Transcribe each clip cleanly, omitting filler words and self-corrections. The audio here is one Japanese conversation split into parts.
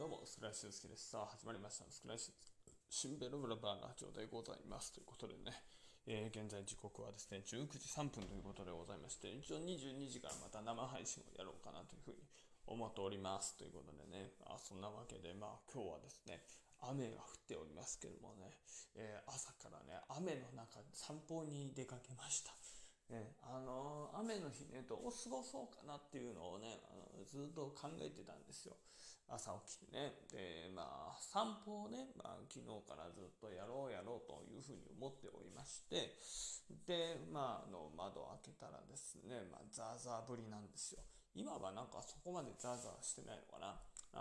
どうも、スクラッシュ好きです。さあ、始まりました。スクラッシュシンベルブラバーラジオでございます。ということでね、現在時刻はですね、19時3分ということでございまして、一応22時からまた生配信をやろうかなというふうに思っております。ということでね、そんなわけで、今日はですね、雨が降っておりますけどもね、朝からね、雨の中で散歩に出かけました。雨の日ね、どう過ごそうかなっていうのをね、ずっと考えてたんですよ。朝起きてね。で、散歩をね、昨日からずっとやろうというふうに思っておりまして、で、窓を開けたらですね、ザーザー降りなんですよ。今はなんかそこまでザーザーしてないのかな。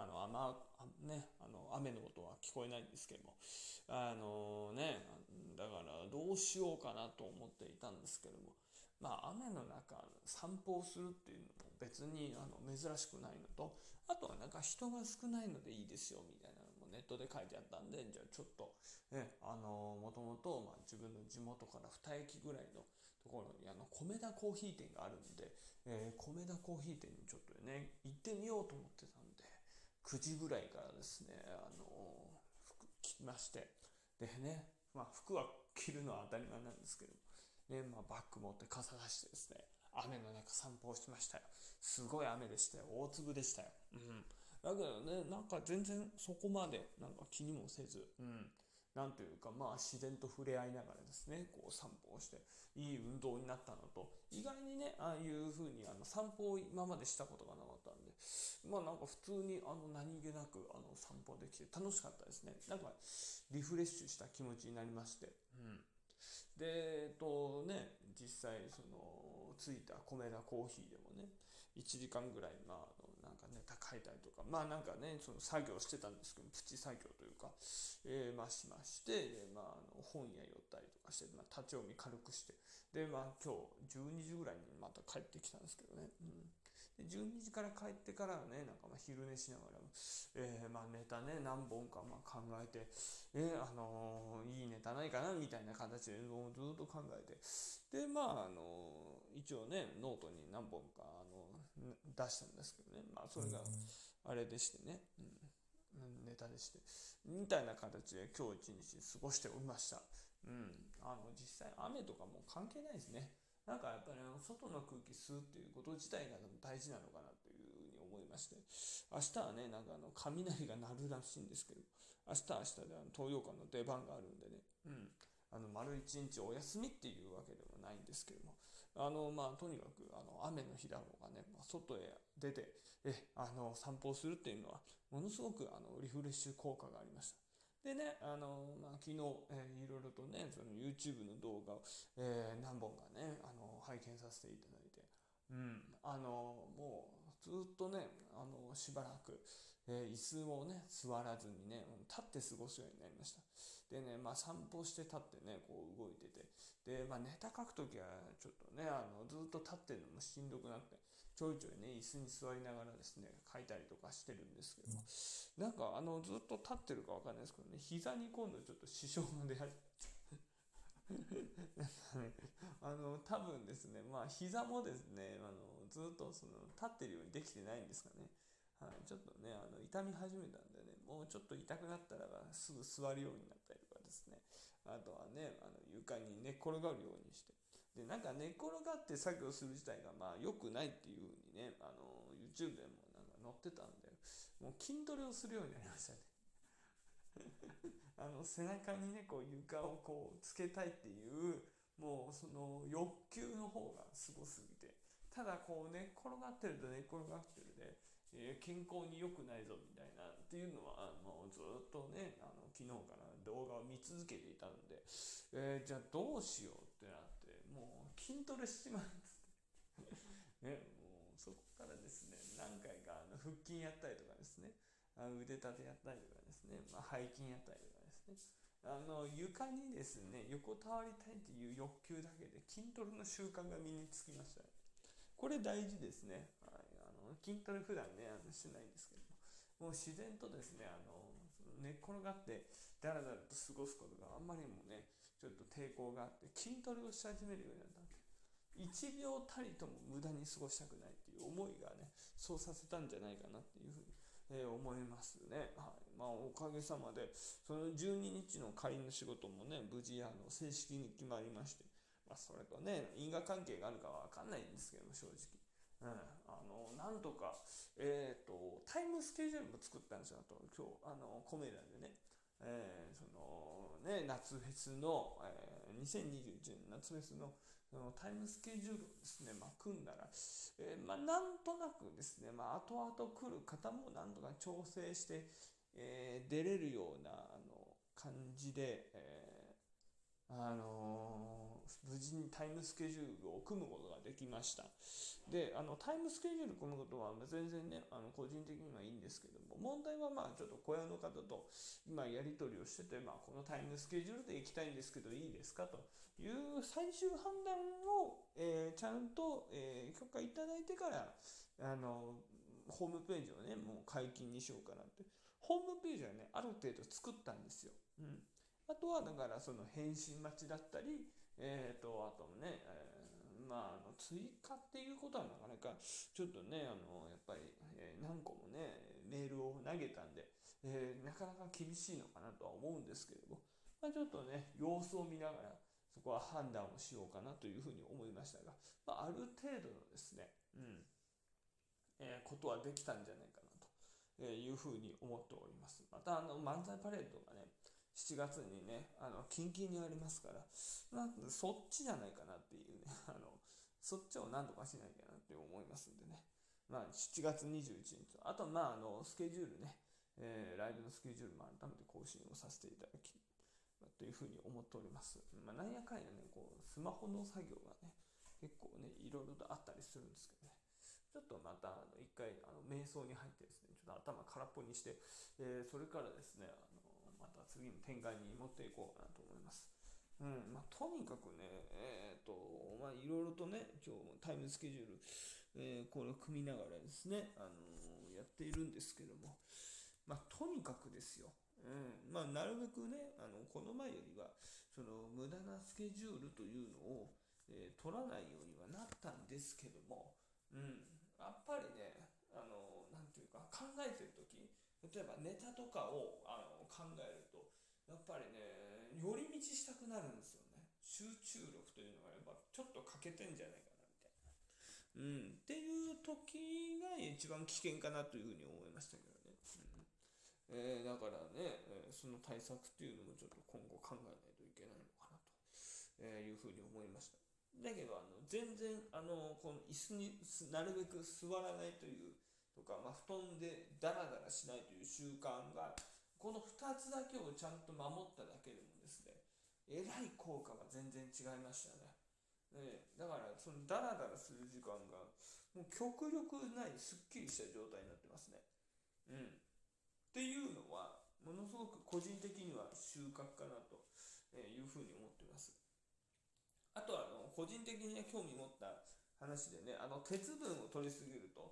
雨の音は聞こえないんですけども、だからどうしようかなと思っていたんですけども、雨の中散歩をするっていうのも別に珍しくないのと、あとはなんか人が少ないのでいいですよみたいなのもネットで書いてあったんで、じゃあちょっともともと自分の地元から2駅ぐらいのところに米田コーヒー店があるんで、米田コーヒー店にちょっとね行ってみようと思ってたんで、9時ぐらいからですね服着まして、でね、服は着るのは当たり前なんですけど、バッグ持って傘出してですね、雨の中散歩をしましたよ。すごい雨でしたよ。大粒でしたよ。だけどね、なんか全然そこまでなんか気にもせず、なんというか、自然と触れ合いながらですね、こう散歩をして、いい運動になったのと、意外にね、ああいう風に散歩を今までしたことがなかったんで、なんか普通に何気なく散歩できて楽しかったですね。なんかリフレッシュした気持ちになりまして、で、実際着いた米田コーヒーでもね、1時間ぐらい、なんかネタ書いたりとか、なんかね、その作業してたんですけど、プチ作業というか、しまして、で、本屋寄ったりとかして、立ち読み軽くして、で、今日12時ぐらいにまた帰ってきたんですけどね。で12時から帰ってからね、なんか昼寝しながら、ネタね、何本か考えて、いいネタないかなみたいな形でずっと考えて、で、一応ね、ノートに何本か出したんですけどね、それがあれでしてね、ネタでして、みたいな形で今日一日過ごしておりました。実際雨とかも関係ないですね。なんかやっぱり外の空気吸うっていうこと自体が大事なのかなというふうに思いまして、明日はね、なんか雷が鳴るらしいんですけど、明日で東洋館の出番があるんでね、丸一日お休みっていうわけでもないんですけども、とにかく雨の日だろうがね、外へ出て散歩をするっていうのはものすごくリフレッシュ効果がありました。でね、昨日、いろいろとね、その YouTube の動画を、何本かね、拝見させていただいて、もうずっとね、しばらく、椅子をね、座らずにね、立って過ごすようになりました。でね、散歩して立ってね、こう動いてて、で、ネタ書くときはちょっとね、ずっと立ってるのもしんどくなって、ちょいちょいね、椅子に座りながらですね、書いたりとかしてるんですけども、なんかずっと立ってるかわかんないですけどね、膝に今度ちょっと支障が出始め多分ですね、膝もですね、ずっと立ってるようにできてないんですかね。はい、ちょっとね、痛み始めたんでね、もうちょっと痛くなったらすぐ座るようになったりとかですね、あとはね、床に寝っ転がるようにして、で、なんか寝っ転がって作業する自体が良くないっていう風にね、YouTube でもなんか載ってたんで、もう筋トレをするようになりましたね。背中にねこう床をこうつけたいっていうもうその欲求の方がすごすぎて、ただこう寝っ転がってると寝っ転がってるで、健康に良くないぞみたいなっていうのはもうずっとね昨日から動画を見続けていたので、じゃあどうしようってなってもう筋トレしまうんですね。もうそこからですね何回か腹筋やったりとかですね、腕立てやったりとかですね、背筋やったりとかですね、床にですね横たわりたいっていう欲求だけで筋トレの習慣が身につきましたね。これ大事ですね。はい、筋トレ普段ねしてないんですけども、もう自然とですね寝っ転がってだらだらと過ごすことがあんまりもねちょっと抵抗があって筋トレをし始めるようになったんで、1秒たりとも無駄に過ごしたくないっていう思いがねそうさせたんじゃないかなっていうふうに、 思いますね。はい。まあ、おかげさまで、その12日の仮の仕事もね、無事、正式に決まりまして、まあ、それとね、因果関係があるかはわかんないんですけども、正直。うん、なんとか、タイムスケジュールも作ったんですよ、あと、今日、コメダでね。そのね、夏フェスの、2021年夏フェスのそのタイムスケジュールをですね、まあ、組んだら、まあ、なんとなくですね、まあ、後々来る方もなんとか調整して、出れるような感じで、無事にタイムスケジュールを組むことができました。で、タイムスケジュール組むことは全然ね、個人的にはいいんですけども、問題はまあちょっと小屋の方と今やり取りをしてて、まあ、このタイムスケジュールで行きたいんですけどいいですかという最終判断を、ちゃんと、許可いただいてから、ホームページをね、もう解禁にしようかなって。ホームページはね、ある程度作ったんですよ。うん。あとはだからその返信待ちだったり、あとね、まあ、追加っていうことはなかなかちょっとね、やっぱり、何個もねメールを投げたんで、なかなか厳しいのかなとは思うんですけれども、まあ、ちょっとね様子を見ながらそこは判断をしようかなというふうに思いましたが、まあ、ある程度のですね、ことはできたんじゃないかなというふうに思っております。また漫才パレードがね7月にね近々にありますから、そっちじゃないかなっていうねそっちを何とかしないかなって思いますんでね、まあ、7月21日あとまあスケジュールね、ライブのスケジュールも改めて更新をさせていただきというふうに思っております。まあ、なんやかんやねこうスマホの作業がね結構ねいろいろとあったりするんですけどね、ちょっとまた一回瞑想に入ってですねちょっと頭空っぽにして、それからですねまた次の展開に持っていこうかなと思います。まあ、とにかくね、まあ、いろいろとね、今日もタイムスケジュール、これを組みながらですね、やっているんですけども、まあ、とにかくですよ。まあ、なるべくね、この前よりは、その無駄なスケジュールというのを、取らないようにはなったんですけども、やっぱりね、なんていうか、考えてるとき、例えばネタとかを考えると、やっぱりね、寄り道したくなるんですよね。集中力というのがやっぱちょっと欠けてんじゃないかなみたいな。っていう時が一番危険かなというふうに思いましたけどね。だからね、その対策っていうのもちょっと今後考えないといけないのかなというふうに思いました。だけど全然この椅子になるべく座らないというとか、まあ、布団でダラダラしないという習慣がこの2つだけをちゃんと守っただけでもですね、えらい効果が全然違いましたね。だからそのダラダラする時間がもう極力ないすっきりした状態になってますね。っていうのはものすごく個人的には収穫かなというふうに思っています。あとは個人的に興味持った話でね、鉄分を取りすぎると、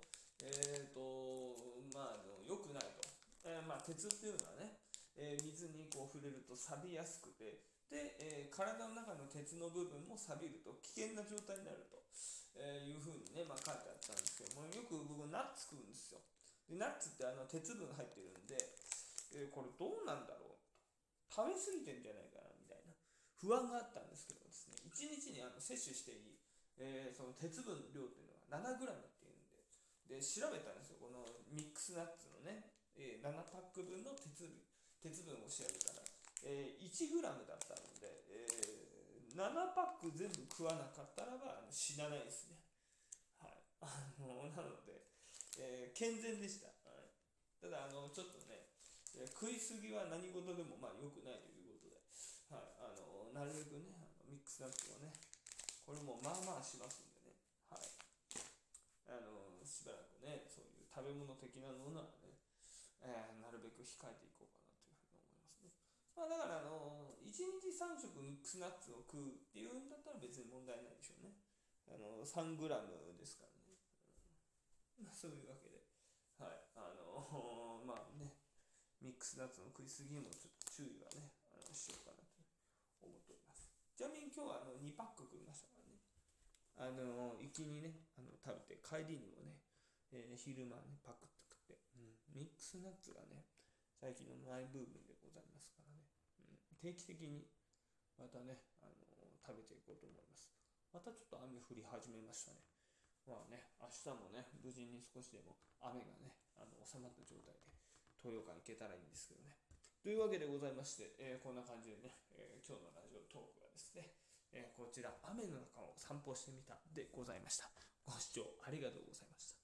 まあ良くないと。まあ鉄っていうのはね、水にこう触れると錆びやすくて、で、体の中の鉄の部分も錆びると危険な状態になると、いうふうにね、まあ、書いてあったんですけども、よく僕ナッツ食うんですよ。でナッツって鉄分入ってるんで、これどうなんだろう、食べ過ぎてんじゃないかなみたいな不安があったんですけどですね、1日に摂取していい、その鉄分の量っていうのが 7g っていうんで、調べたんですよ。このミックスナッツのね、7パック分の鉄分を調べたら、1g だったので、7パック全部食わなかったらば死なないですね。はい。なので、健全でした。はい、ただ、ちょっとね、食いすぎは何事でもまあ良くないということで、はい、なるべくね、ミックスナッツをね、これもまあまあしますんでね、はい、しばらくね、そういう食べ物的なものはね、なるべく控えていこうかなというふうに思いますね。まあ、だから1日3食ミックスナッツを食うっていうんだったら別に問題ないでしょうね。3グラムですからね。そういうわけで、はい、まあね、ミックスナッツの食いすぎにもちょっと注意はね、しようかなと思っております。ちなみに今日は2パック食いましたからね。行きにね食べて帰りにもね、昼間ねパクって食って、ミックスナッツがね、最近のマイブームでございますからね、定期的にまたね、食べていこうと思います。またちょっと雨降り始めましたね。まあね、明日もね、無事に少しでも雨がね、収まった状態で東洋館行けたらいいんですけどね。というわけでございまして、こんな感じでね、今日のラジオトークがですね、こちら雨の中を散歩してみたでございました。ご視聴ありがとうございました。